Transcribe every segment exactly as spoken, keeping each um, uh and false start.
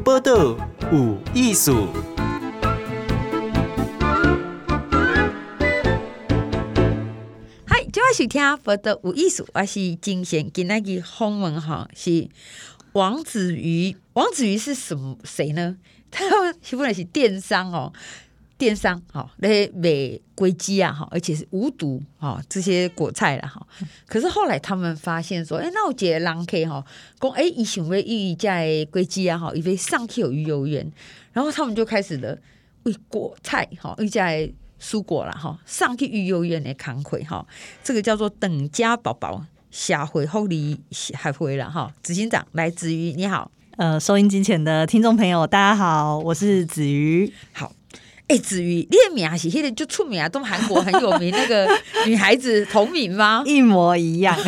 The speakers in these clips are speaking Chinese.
报道有艺术。 嗨，今晚收听报道有艺术，我是金贤，今天的访问哈是王子瑜。王子瑜是什么谁呢？他基本是电商哦。电商哈来卖龟鸡啊哈，而且是无毒哈这些果菜啦哈。可是后来他们发现说，哎、欸，那有一个人客哈讲，哎、欸，伊想要伊家的龟鸡啊哈，伊要上去有育幼院，然后他们就开始了为果菜哈，伊家的蔬果啦哈，上去育幼院的工课哈，这个叫做等家宝宝社会福利协会啦哈。执行长来子瑜，你好。 呃，收音机前的听众朋友，大家好，我是子瑜。 好。哎、欸，子瑜，你的名是那个就出名啊，都韩国很有名那个女孩子同名吗？ 一模一样，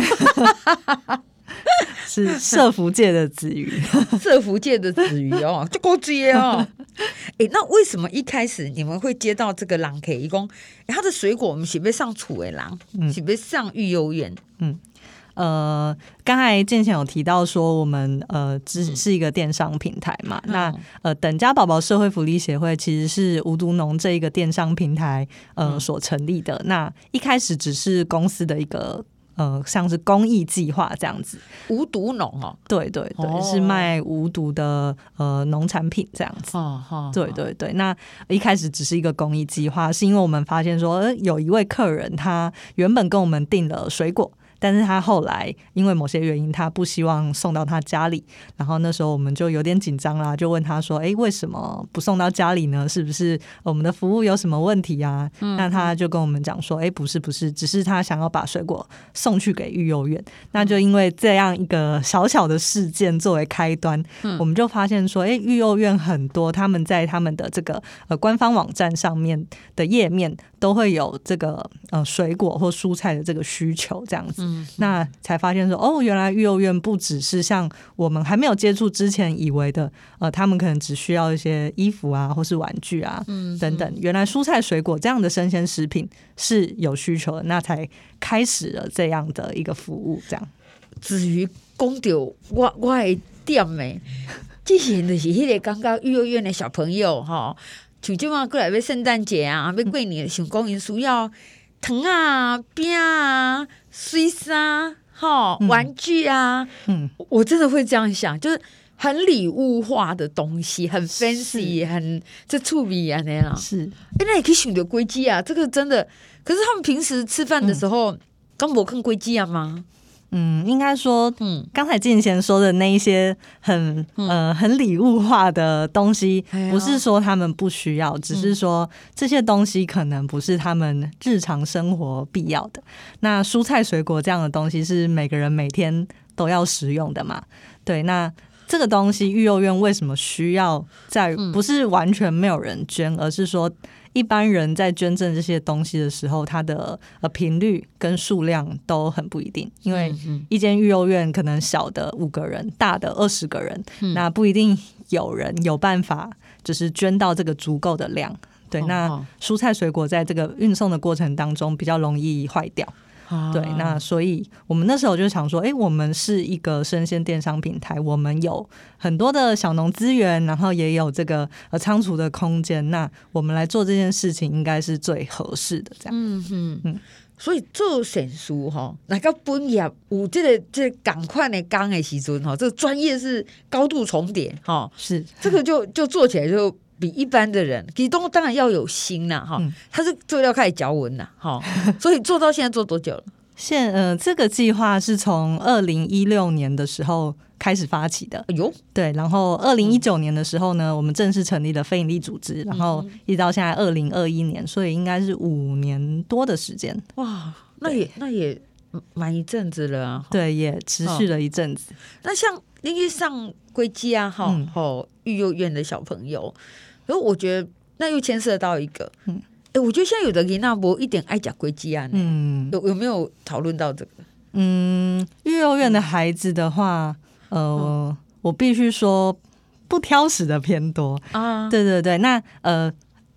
是社福界的子瑜， 社福界的子瑜哦，就够接哦。哎、欸，那为什么一开始你们会接到这个人客？一共、欸，他的水果我们是不是上厝的人，嗯、是不是上育幼院？嗯。 呃，刚才之前有提到说，我们呃只是一个电商平台嘛，嗯、那呃等家宝宝社会福利协会其实是无毒农这一个电商平台呃、嗯、所成立的。那一开始只是公司的一个呃像是公益计划这样子， 无毒农哦， 对对对，哦、是卖无毒的呃农产品这样子。哦哦、对对对，那一开始只是一个公益计划，是因为我们发现说，呃、有一位客人他原本跟我们订了水果。但是他后来因为某些原因他不希望送到他家里，然后那时候我们就有点紧张啦，就问他说，哎，为什么不送到家里呢？是不是我们的服务有什么问题啊？嗯、那他就跟我们讲说，哎，不是不是，只是他想要把水果送去给育幼院。那就因为这样一个小小的事件作为开端，嗯、我们就发现说，哎，育幼院很多他们在他们的这个呃官方网站上面的页面都会有这个呃水果或蔬菜的这个需求这样子。嗯、那才发现说，哦，原来育幼院不只是像我们还没有接触之前以为的，呃，他们可能只需要一些衣服啊，或是玩具啊，嗯、等等。原来蔬菜水果这样的生鲜食品是有需求的，那才开始了这样的一个服务。这样， 至于讲到我我的点诶，之前就是迄个刚刚育幼院的小朋友哈，像即马过来要圣诞节啊，要过年，想讲因需要糖啊、饼啊、水沙、哈玩具啊，嗯，我真的会这样想，就是很礼物化的东西，很 fancy， 很这趣味啊那样。是，哎、欸，那也可以想到龟鸡啊，这个真的。可是他们平时吃饭的时候，刚没看龟鸡啊吗？ 嗯，应该说，嗯，刚才之前说的那一些很、嗯、呃很礼物化的东西，不是说他们不需要，只是说这些东西可能不是他们日常生活必要的。那蔬菜水果这样的东西是每个人每天都要食用的嘛？对，那这个东西育幼院为什么需要在？不是完全没有人捐，而是说一般人在捐赠这些东西的时候，它的呃频率跟数量都很不一定，因为一间育幼院可能小的五个人，大的二十个人，嗯、那不一定有人有办法就是捐到这个足够的量。对，那蔬菜水果在这个运送的过程当中比较容易坏掉。对，那所以我们那时候就想说，哎，我们是一个生鲜电商平台，我们有很多的小农资源，然后也有这个呃仓储的空间，那我们来做这件事情应该是最合适的，这样。嗯嗯嗯。所以做选书哈，那个本业有这个这赶快的刚的时阵哈，这个专业是高度重叠哈，是这个就就做起来就。比一般的人，其实都当然要有心啦，哈、嗯，他是做要开始嚼文啦，哈，所以做到现在做多久了？ 现呃，这个计划是从二零一六年的时候开始发起的，哎呦，对，然后二零一九年的时候呢，我们正式成立了非营利组织，然后一直到现在二零二一年，所以应该是五年多的时间。哇， 那也那也蛮一阵子了啊， 对，也持续了一阵子。 那像因为上龟鸡啊，哈、嗯，吼育幼院的小朋友。可是我觉得那又牵涉到一个，嗯，哎，我觉得现在有的囡仔没一点爱讲龟鸡啊，嗯，有有没有讨论到这个？ 嗯，育幼院的孩子的话，呃，嗯、我必须说不挑食的偏多啊，对对对，那呃。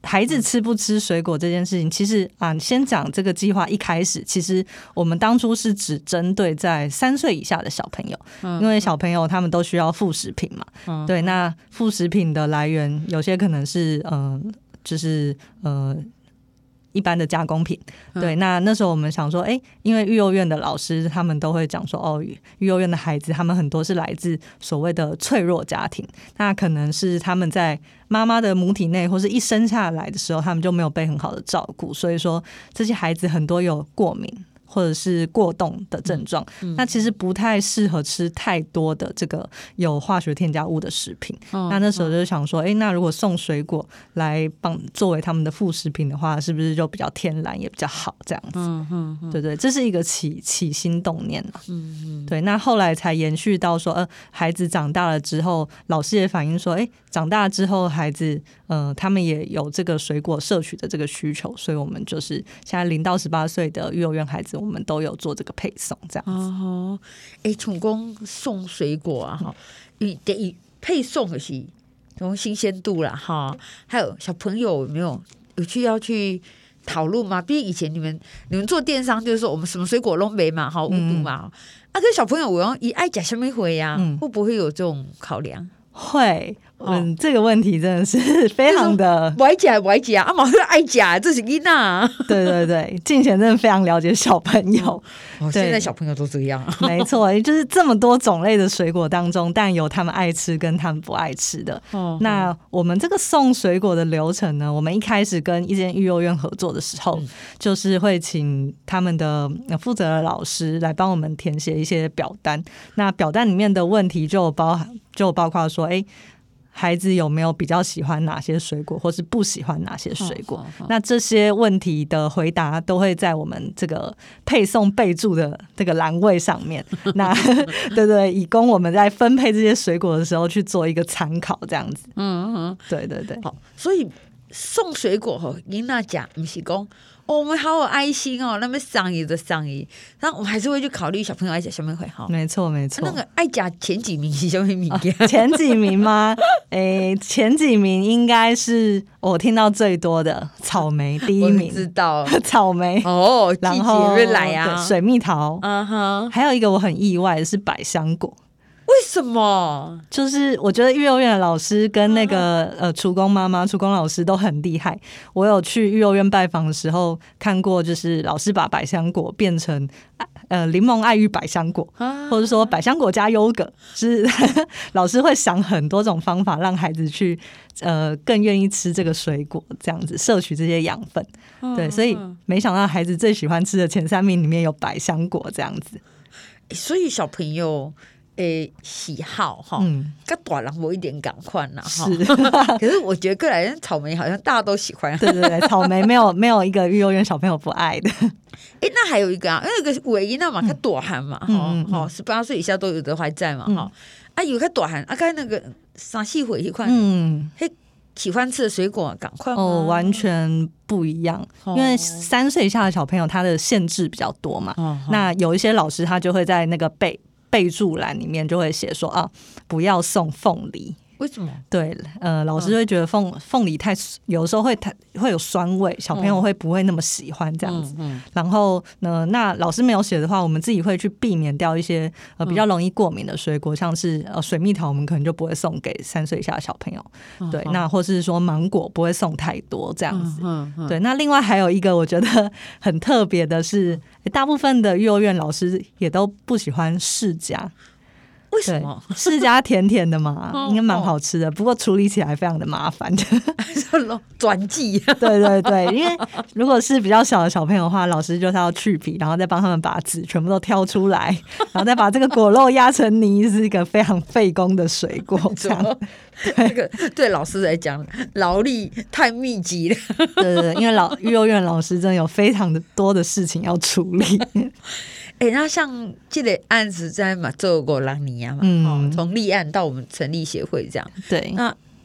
孩子吃不吃水果这件事情，其实啊，先讲这个计划一开始，其实我们当初是只针对在三岁以下的小朋友，嗯、因为小朋友他们都需要副食品嘛。嗯、对，那副食品的来源有些可能是嗯、呃，就是呃。一般的加工品，对，那那时候我们想说，哎、欸，因为育幼院的老师他们都会讲说，哦，育幼院的孩子他们很多是来自所谓的脆弱家庭，那可能是他们在妈妈的母体内或是一生下来的时候，他们就没有被很好的照顾，所以说这些孩子很多有过敏或者是过动的症状、嗯嗯、那其实不太适合吃太多的这个有化学添加物的食品、哦、那那时候就想说、欸、那如果送水果来帮作为他们的副食品的话，是不是就比较天然也比较好这样子、嗯嗯嗯、对对，这是一个起起心动念、嗯嗯、对，那后来才延续到说呃，孩子长大了之后，老师也反映说哎、欸，长大之后孩子呃，他们也有这个水果摄取的这个需求，所以我们就是现在零到十八岁的育幼院孩子我们都有做这个配送这样子。 哦，哎，从公送水果啊，哈、嗯，等于配送的是从新鲜度啦，哈，还有小朋友有没有有去要去讨论吗？毕竟以前你们你们做电商就是说我们什么水果都没嘛，哈，无毒嘛，嗯、啊，跟小朋友我用一爱讲什么回呀，会不会有这种考量？ 会。嗯，这个问题真的是非常的不爱假不爱假啊，马上爱假，这是囡仔。 对对对，敬贤真的非常了解小朋友。 哦，现在小朋友都这样。 没错，就是这么多种类的水果当中，但有他们爱吃跟他们不爱吃的。哦，那我们这个送水果的流程呢，我们一开始跟一间育幼院合作的时候，嗯、就是会请他们的负责的老师来帮我们填写一些表单。那表单里面的问题就包含就包括说，哎。孩子有没有比较喜欢哪些水果，或是不喜欢哪些水果？哦哦哦、那这些问题的回答都会在我们这个配送备注的这个栏位上面。那对对，以供我们在分配这些水果的时候去做一个参考，这样子。嗯嗯，对对对。 好，所以送水果吼，囡仔讲不是讲。哦、我们好有爱心哦，那么赏意的赏意，但我们还是会去考虑小朋友爱讲什么会好。 没错没错， 那个爱讲前几名是什么名、 啊？前几名吗？诶、欸，前几名应该是我听到最多的草莓第一名， 我知道草莓哦， 然后季节来啊， 水蜜桃， 嗯哼， 还有一个我很意外的是百香果。 为什么？ 就是我觉得育幼院的老师跟那个、嗯、呃厨工妈妈、厨工老师都很厉害。我有去育幼院拜访的时候看过，就是老师把百香果变成呃柠檬爱玉百香果，啊、或者说百香果加优格，是老师会想很多种方法让孩子去呃更愿意吃这个水果，这样子摄取这些养分。嗯、对，所以没想到孩子最喜欢吃的前三名里面有百香果这样子。 所以小朋友。诶，喜好哈，跟大人有一点感款啦哈。是，可是我觉得过来草莓好像大家都喜欢。 对对对，草莓没有没有一个育幼院小朋友不爱的。 哎，那还有一个啊，那个尾音那嘛，他大汉嘛，哈，哈，十八岁以下都有的还在嘛，哈、嗯。啊，有个大汉，啊，刚那个三四岁一块，嗯，嘿。喜欢吃的水果赶快哦，完全不一样。哦、因为三岁以下的小朋友他的限制比较多嘛。哦、那有一些老师他就会在那个备备注栏里面就会写说啊，不要送凤梨。 为什么？ 对，呃，老师会觉得凤凤梨太有时候会太会有酸味，小朋友会不会那么喜欢这样子？嗯嗯、然后呢，那老师没有写的话，我们自己会去避免掉一些呃比较容易过敏的水果，嗯、像是呃水蜜桃，我们可能就不会送给三岁以下的小朋友。嗯、对，那或是说芒果不会送太多这样子。嗯嗯、对，那另外还有一个我觉得很特别的是，大部分的幼儿园老师也都不喜欢释迦。 为什么？ 释迦甜甜的嘛，应该蛮好吃的，不过处理起来非常的麻烦。 转寄。 对对对，因为如果是比较小的小朋友的话，老师就是要去皮，然后再帮他们把籽全部都挑出来，然后再把这个果肉压成泥，是一个非常费工的水果。这样， 这个对老师来讲劳力太密集了。 对对对，因为老育幼院老师真的有非常的多的事情要处理。 哎、欸，那像这个案子在嘛做过两年嘛，嗯，从立案到我们成立协会这样， 对。 那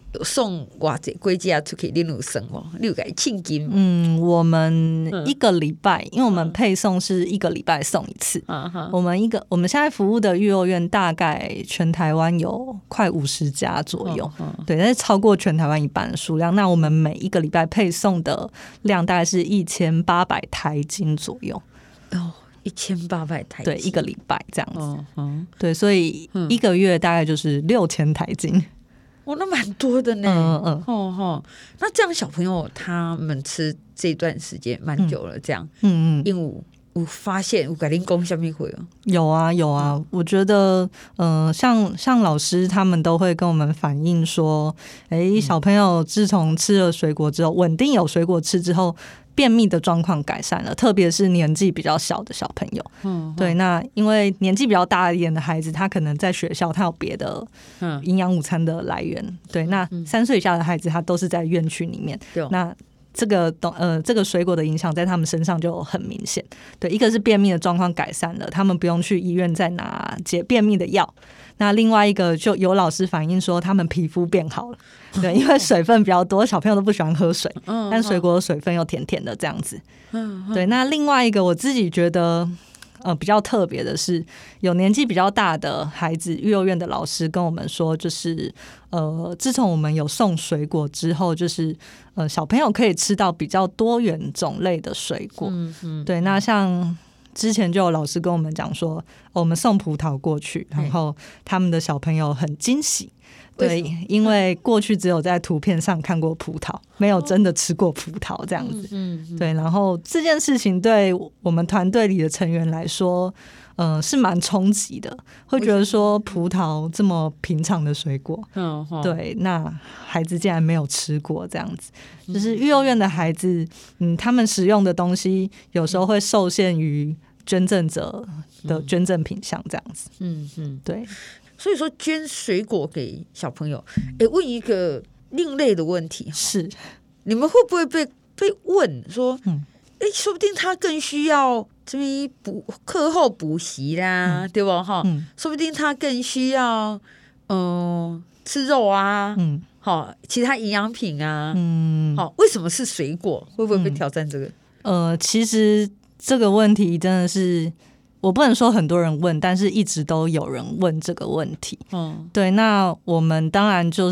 有送偌济果子出去，恁有送哦？你有给庆金？ 嗯，我们一个礼拜，嗯、因为我们配送是一个礼拜送一次。嗯、我们一个我们现在服务的育幼院大概全台湾有快五十家左右，嗯嗯、对，但是超过全台湾一半的数量。那我们每一个礼拜配送的量大概是一千八百台斤左右。 哦。一千八百台斤， 对，一个礼拜这样子。哦嗯、对，所以一个月大概就是六千台斤。 哦，那蛮多的呢。嗯嗯，哦哦，那这样小朋友他们吃这段时间蛮久了，这样。嗯嗯，因为我发现我改您讲什么会哦？ 有啊有啊，嗯、我觉得，呃，像像老师他们都会跟我们反映说，哎、欸，小朋友自从吃了水果之后，稳定有水果吃之后。便秘的状况改善了，特别是年纪比较小的小朋友。嗯，对，那因为年纪比较大一点的孩子，他可能在学校他有别的营养午餐的来源。嗯、对，那三岁以下的孩子他都是在院区里面。嗯、那这个呃这个水果的影响在他们身上就很明显。对，一个是便秘的状况改善了，他们不用去医院再拿解便秘的药。那另外一个就有老师反映说他们皮肤变好了，对，因为水分比较多，小朋友都不喜欢喝水，但水果的水分又甜甜的这样子。对，那另外一个我自己觉得呃比较特别的是，有年纪比较大的孩子，育幼院的老师跟我们说，就是呃自从我们有送水果之后，就是呃小朋友可以吃到比较多元种类的水果。嗯嗯，对，那像。之前就有老师跟我们讲说、哦，我们送葡萄过去，然后他们的小朋友很惊喜，对，因为过去只有在图片上看过葡萄，没有真的吃过葡萄这样子。嗯嗯、对，然后这件事情对我们团队里的成员来说，呃，是蛮冲击的，会觉得说葡萄这么平常的水果，嗯、对，那孩子竟然没有吃过这样子。就是育幼院的孩子，嗯，他们使用的东西有时候会受限于捐赠者的捐赠品项这样子。嗯嗯，对。 所以说捐水果给小朋友，哎、欸，问一个另类的问题， 是你们会不会被被问说，嗯，哎、欸，说不定他更需要这边补课后补习啦，嗯、对吧？哈、嗯，说不定他更需要，嗯、呃，吃肉啊，嗯。好，其他营养品啊，嗯，好，为什么是水果？会不会被挑战这个？ 嗯、呃，其实这个问题真的是我不能说很多人问，但是一直都有人问这个问题。嗯，对，那我们当然就是，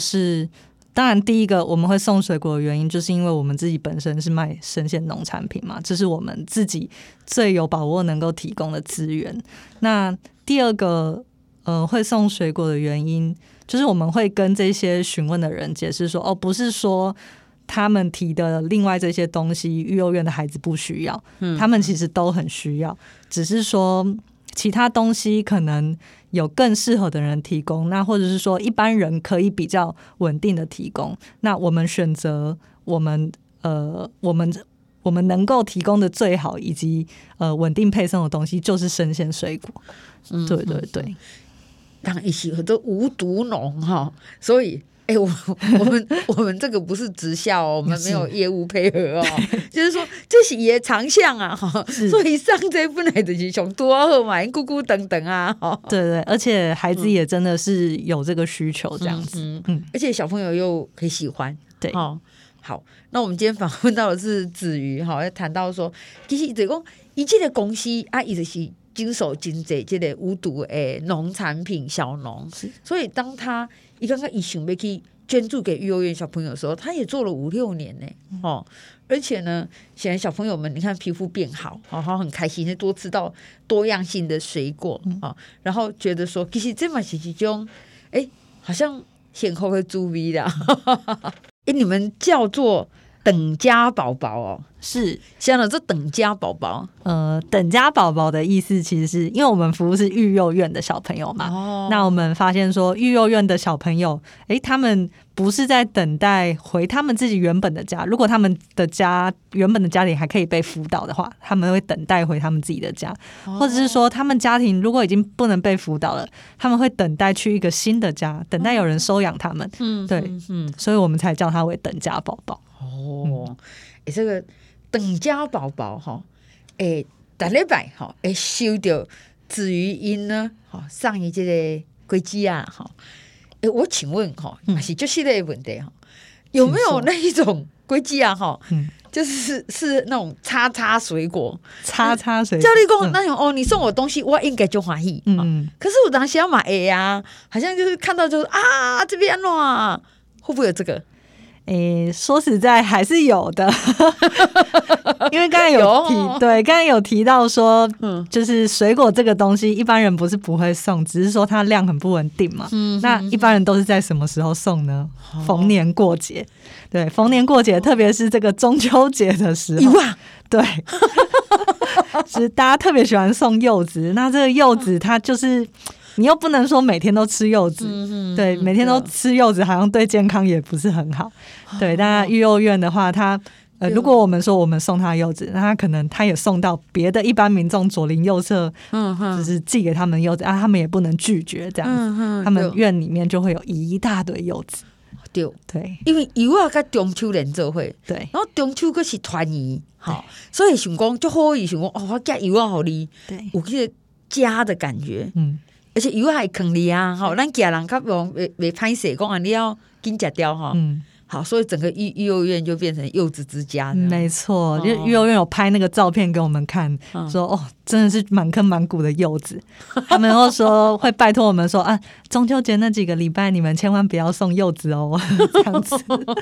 当然第一个我们会送水果的原因，就是因为我们自己本身是卖生鲜农产品嘛，这是我们自己最有把握能够提供的资源。那第二个，呃，会送水果的原因。就是我们会跟这些询问的人解释说，哦，不是说他们提的另外这些东西育幼院的孩子不需要，嗯，他们其实都很需要，只是说其他东西可能有更适合的人提供，那或者是说一般人可以比较稳定的提供，那我们选择我们呃我们我们能够提供的最好以及呃稳定配送的东西就是生鲜水果。嗯，对对对。 当一起很多无毒农哈，所以哎、欸，我我们我们这个不是直销哦，我们没有业务配合哦，就是说这是也长项啊哈，所以上这本来就是上多好嘛，咕咕等等啊， 对对，而且孩子也真的是有这个需求这样子，嗯， 嗯而且小朋友又很喜欢， 对， 哦，好，那我们今天访问到的是子瑜哈，要谈到说，其实就是讲一这个公司啊，伊就是。经手经济这个无毒的农产品小农，所以当他一刚刚一想要去捐助给育幼院小朋友的时候，他也做了五六年呢、哦，而且呢，现在小朋友们你看皮肤变好，好好很开心，多吃到多样性的水果啊、哦，然后觉得说其实这嘛是一种，哎，好像显后会注意的，哎，你们叫做等家宝宝哦。 是， 像了这等家宝宝， 呃，等家宝宝的意思其实是因为我们服务是育幼院的小朋友嘛，哦、那我们发现说育幼院的小朋友，哎，他们不是在等待回他们自己原本的家，如果他们的家原本的家庭还可以被辅导的话，他们会等待回他们自己的家，哦、或者是说他们家庭如果已经不能被辅导了，他们会等待去一个新的家，等待有人收养他们，嗯，对，嗯嗯，所以我们才叫他为等家宝宝。 哦，哎、嗯，这个。等家宝宝哈，诶，每礼拜哈，会收到子瑜因呢，哈，上一这个轨迹啊，哈， 哎，我请问哈，还是就系列问题哈，有没有那一种龟记啊哈？嗯。就是是那种叉叉水果， 叉叉水果， 教你讲那种、嗯、哦，你送我东西，我应该就欢喜。嗯、哦，可是我当时要买 A 啊，好像就是看到就是啊，这边哇，会不会有这个？ 诶、欸，说实在还是有的，因为刚才有提，有对，刚才有提到说，嗯，就是水果这个东西，一般人不是不会送，只是说它量很不稳定嘛。嗯，那一般人都是在什么时候送呢？哦、逢年过节，对，逢年过节，特别是这个中秋节的时候， 哇， 对，是大家特别喜欢送柚子。那这个柚子它就是。你又不能说每天都吃柚子，嗯、对，每天都吃柚子好像对健康也不是很好。哦、对，但育幼院的话，他呃，如果我们说我们送他柚子，那他可能他也送到别的一般民众左邻右舍，嗯、就是寄给他们柚子啊，他们也不能拒绝这样子，嗯、他们院里面就会有一大堆柚子。 对对，因为柚啊跟中秋连做伙， 对， 然后中秋佫是团圆，好，所以想讲就好意想讲哦，我寄柚啊给你，对，有这个家的感觉，嗯。而且油还坑你啊！好，咱家人较容袂袂歹势，讲啊你要紧食掉哈。嗯，好，所以整个育育幼院就变成柚子之家。 没错，就育幼院有拍那个照片给我们看，哦、说哦，真的是满坑满谷的柚子。他们又说会拜托我们说啊，中秋节那几个礼拜你们千万不要送柚子哦，这样子。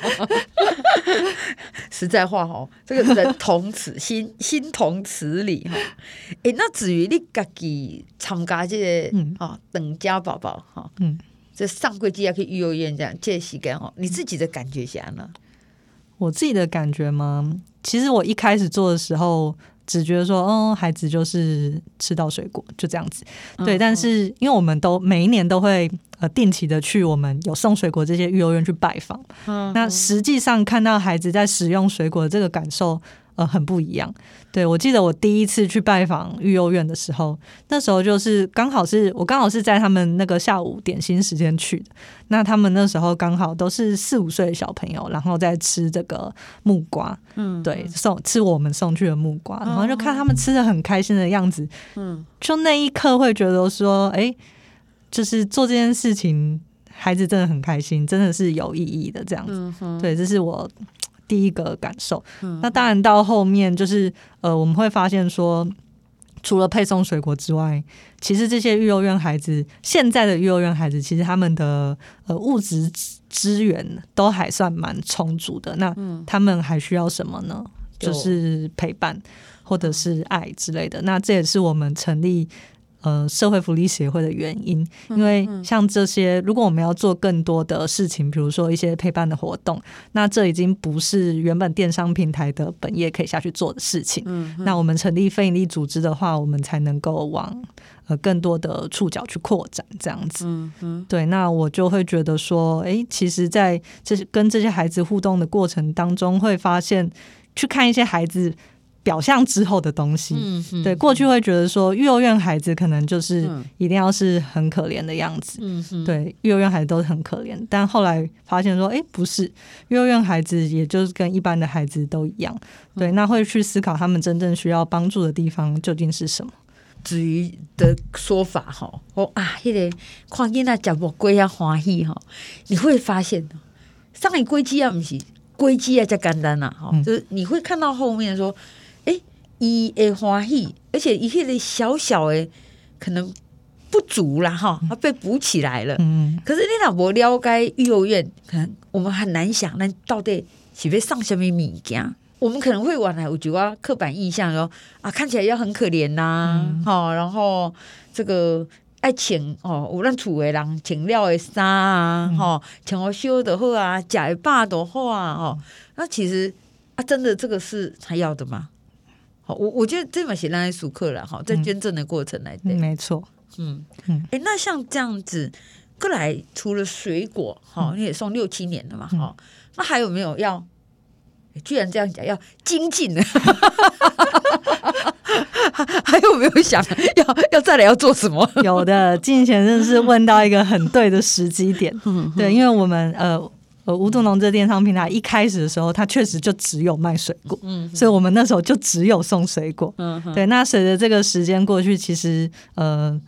实在话哈，这个人同此心，心同此理哈。哎、欸，那至于你自己参加这个嗯啊等家宝宝哈，嗯，这上柜季要去育幼院这样，这时间哦，你自己的感觉下呢？ 我自己的感觉吗？其实我一开始做的时候，只觉得说，哦，孩子就是吃到水果就这样子，对。嗯、但是因为我们都每一年都会呃定期的去我们有送水果这些育幼院去拜访，嗯、那实际上看到孩子在使用水果的这个感受。呃，很不一样。对，我记得我第一次去拜访育幼院的时候，那时候就是刚好是我刚好是在他们那个下午点心时间去的。那他们那时候刚好都是四五岁的小朋友，然后在吃这个木瓜，嗯，对，送吃我们送去的木瓜，然后就看他们吃得很开心的样子，嗯，就那一刻会觉得说，哎、欸，就是做这件事情，孩子真的很开心，真的是有意义的这样子。嗯、对，这是我。第一个感受，嗯、那当然到后面就是呃，我们会发现说，除了配送水果之外，其实这些育幼院孩子，现在的育幼院孩子，其实他们的呃物质资源都还算蛮充足的。那他们还需要什么呢？嗯、就是陪伴或者是爱之类的。那这也是我们成立。呃，社会福利协会的原因，因为像这些，如果我们要做更多的事情，比如说一些陪伴的活动，那这已经不是原本电商平台的本业可以下去做的事情。嗯、那我们成立非营利组织的话，我们才能够往呃更多的触角去扩展，这样子。嗯嗯、对，那我就会觉得说，哎，其实在这些跟这些孩子互动的过程当中，会发现去看一些孩子。表象之后的东西，嗯嗯、对，过去会觉得说育幼院孩子可能就是一定要是很可怜的样子，嗯嗯、对，育幼院孩子都是很可怜，但后来发现说，哎，不是，育幼院孩子也就是跟一般的孩子都一样，对，那会去思考他们真正需要帮助的地方究竟是什么。 至于的说法哈，我啊，那个看见那吃木龟啊欢喜哈，你会发现，上一龟鸡啊不是龟鸡啊，才简单呐，哈、嗯，就是你会看到后面说。哎，伊会欢喜，而且一些小小的可能不足啦哈，它被补起来了。嗯，可是你若无了解育幼院，可能我们很难想，那到底是要上什么物件？我们可能会原来有觉得刻板印象说啊，看起来要很可怜呐、啊，哈、嗯，然后这个爱穿哦，有咱厝的人穿了的衫啊，哈、嗯，穿好修就好啊，食会饱就好啊，哈，那其实啊，真的这个是他要的吗？好，我我觉得这嘛是咱熟客了哈，在捐赠的过程来对、 嗯，没错， 嗯嗯，哎、欸，那像这样子，过来除了水果哈，你也送六七年了嘛哈、嗯，那还有没有要？居然这样讲，要精进呢？还有没有想要要再来要做什么？ 有的，静贤真的是问到一个很对的时机点，对，因为我们呃。呃，无毒农这电商平台一开始的时候，它确实就只有卖水果，嗯，所以我们那时候就只有送水果，嗯，对。那随着这个时间过去，其实呃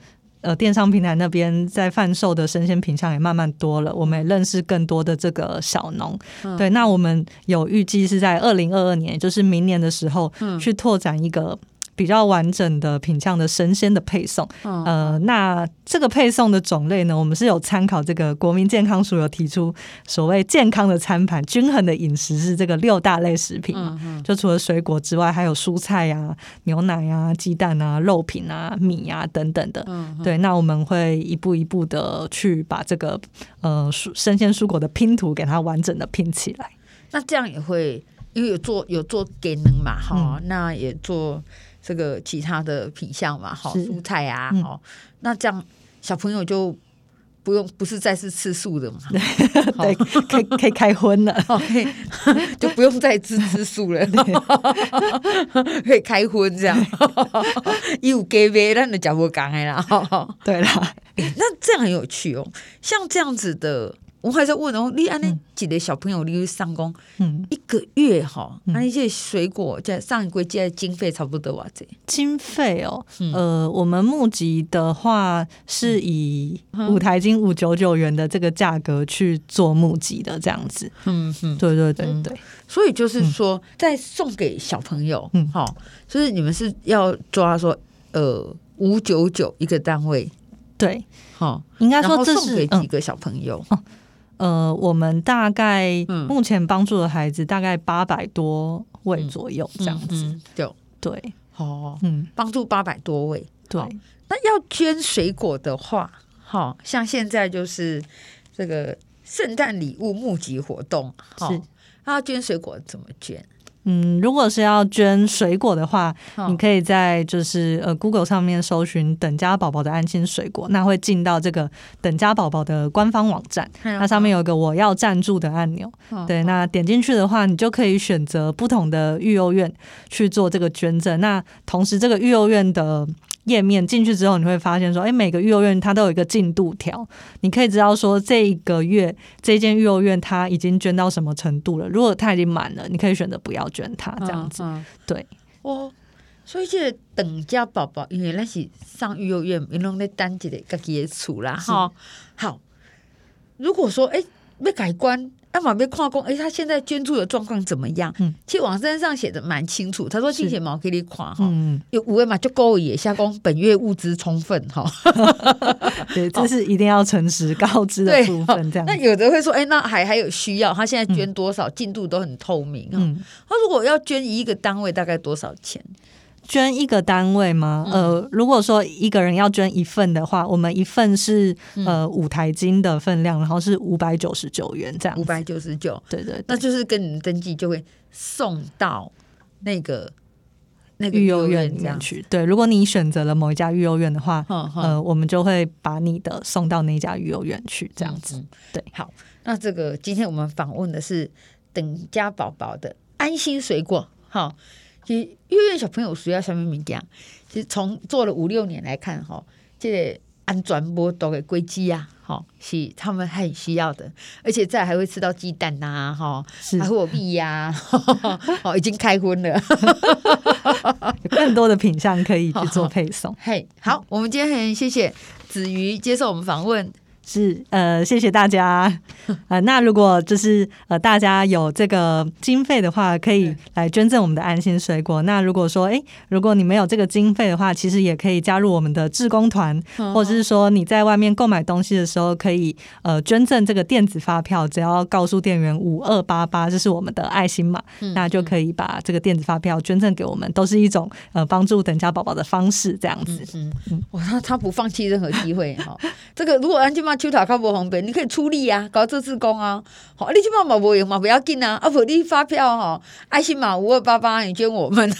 呃电商平台那边在贩售的生鲜品项也慢慢多了，我们也认识更多的这个小农、嗯、对，那我们有预计是在二零二二年也就是明年的时候、嗯、去拓展一个比较完整的品项的生鲜的配送、嗯、呃，那这个配送的种类呢，我们是有参考这个国民健康署有提出所谓健康的餐盘均衡的饮食是这个六大类食品嘛、嗯、就除了水果之外还有蔬菜啊、牛奶啊、鸡蛋啊、肉品啊、米啊等等的、嗯、对，那我们会一步一步的去把这个呃生鲜蔬果的拼图给它完整的拼起来。 那这样也会因为有做有做给能嘛、嗯、那也做这个其他的品项嘛，蔬菜啊、嗯，那这样小朋友就不用不是再是吃素的嘛， 对，可以可以开荤了， okay, 就不用再吃吃素了，可以开荤这样，有给呗，那你讲不讲的啦， 对啦、 欸，那这样很有趣哦，像这样子的。我还在问哦，你按那几个小朋友，你上工、嗯、一个月哈，那、嗯、些水果在上一个月经费差不多多少？ 经费哦、嗯，呃，我们募集的话是以五台金五九九元的这个价格去做募集的，这样子。嗯嗯，对对对对、嗯。 所以就是说，在送给小朋友，嗯，好，就是你们是要抓说，呃，五九九一个单位， 对，好，应该说这是送给几个小朋友。 嗯呃，我们大概目前帮助的孩子大概八百多位左右这样子，嗯嗯嗯、对， 哦，嗯，帮助八百多位， 对。 那要捐水果的话，好像现在就是这个圣诞礼物募集活动，是，那要捐水果怎么捐？ 嗯，如果是要捐水果的话，哦、你可以在就是呃 Google 上面搜寻等家宝宝的安心水果，那会进到这个等家宝宝的官方网站，它上面有一个我要赞助的按钮，哦、对，那点进去的话，你就可以选择不同的育幼院去做这个捐赠。那同时这个育幼院的页面进去之后，你会发现说，哎，每个育幼院它都有一个进度条，你可以知道说这一个月这间育幼院它已经捐到什么程度了。如果它已经满了，你可以选择不要捐它，这样子。嗯嗯、对， 哦，所以这个等家宝宝，因为那是上育幼院，因为在单一的自己的厝啦，哈。好，如果说哎要改观。要嘛被看过，哎，他现在捐助的状况怎么样？嗯，其实网站上写的蛮清楚。他说：“金钱毛给你看哈，嗯、有五位嘛就够也下工本月物资充分哈。” 对，这是一定要诚实告知的部分。这样， 那有的会说：“哎，那还还有需要？他现在捐多少？进、嗯、度都很透明啊。嗯”他如果要捐一个单位，大概多少钱？ 捐一个单位吗？呃，如果说一个人要捐一份的话，我们一份是呃五台金的分量，然后是五百九十九元这样。 五百九十九， 对 对, 对， 那就是跟你们登记就会送到那个那个育幼院里面去。对，如果你选择了某一家育幼院的话，呵呵呃，我们就会把你的送到那家育幼院去，这样子。嗯、对， 好，那这个今天我们访问的是等家宝宝的安心水果，好。其实幼儿园小朋友需要什么物件？其实从做了五六年来看，哈，这个安全无毒的规矩啊，哈，是他们很需要的，而且再还会吃到鸡蛋呐、啊，哈，还会有蜜呀，哦，已经开荤了， 有更多的品项可以去做配送。 嘿，好，我们今天很谢谢子瑜接受我们访问。 是呃，谢谢大家。呃，那如果就是呃，大家有这个经费的话，可以来捐赠我们的安心水果。那如果说，哎，如果你没有这个经费的话，其实也可以加入我们的志工团，或者是说你在外面购买东西的时候，可以呃捐赠这个电子发票，只要告诉店员五二八八，这是我们的爱心码，嗯、那就可以把这个电子发票捐赠给我们，都是一种呃帮助等家宝宝的方式，这样子。嗯嗯，哇、嗯，他他不放弃任何机会哈。这个如果安金妈手头较无方便，你可以出力啊，搞做志工啊。好，你即马嘛无用嘛，不要紧啊。啊，不，你发票哈，爱心码五二八八，你捐我们。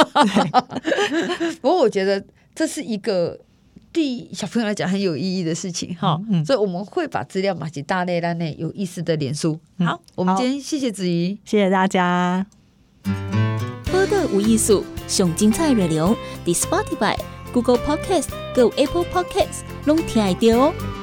不过我觉得这是一个对小朋友来讲很有意义的事情哈、嗯嗯，所以我们会把资料码起大类栏内有意思的脸书。好，我们今天谢谢子瑜， 谢谢大家。 播的有艺术，上精彩内容，伫 Spotify、Google Podcast、有 Apple Podcast 拢听得到哦。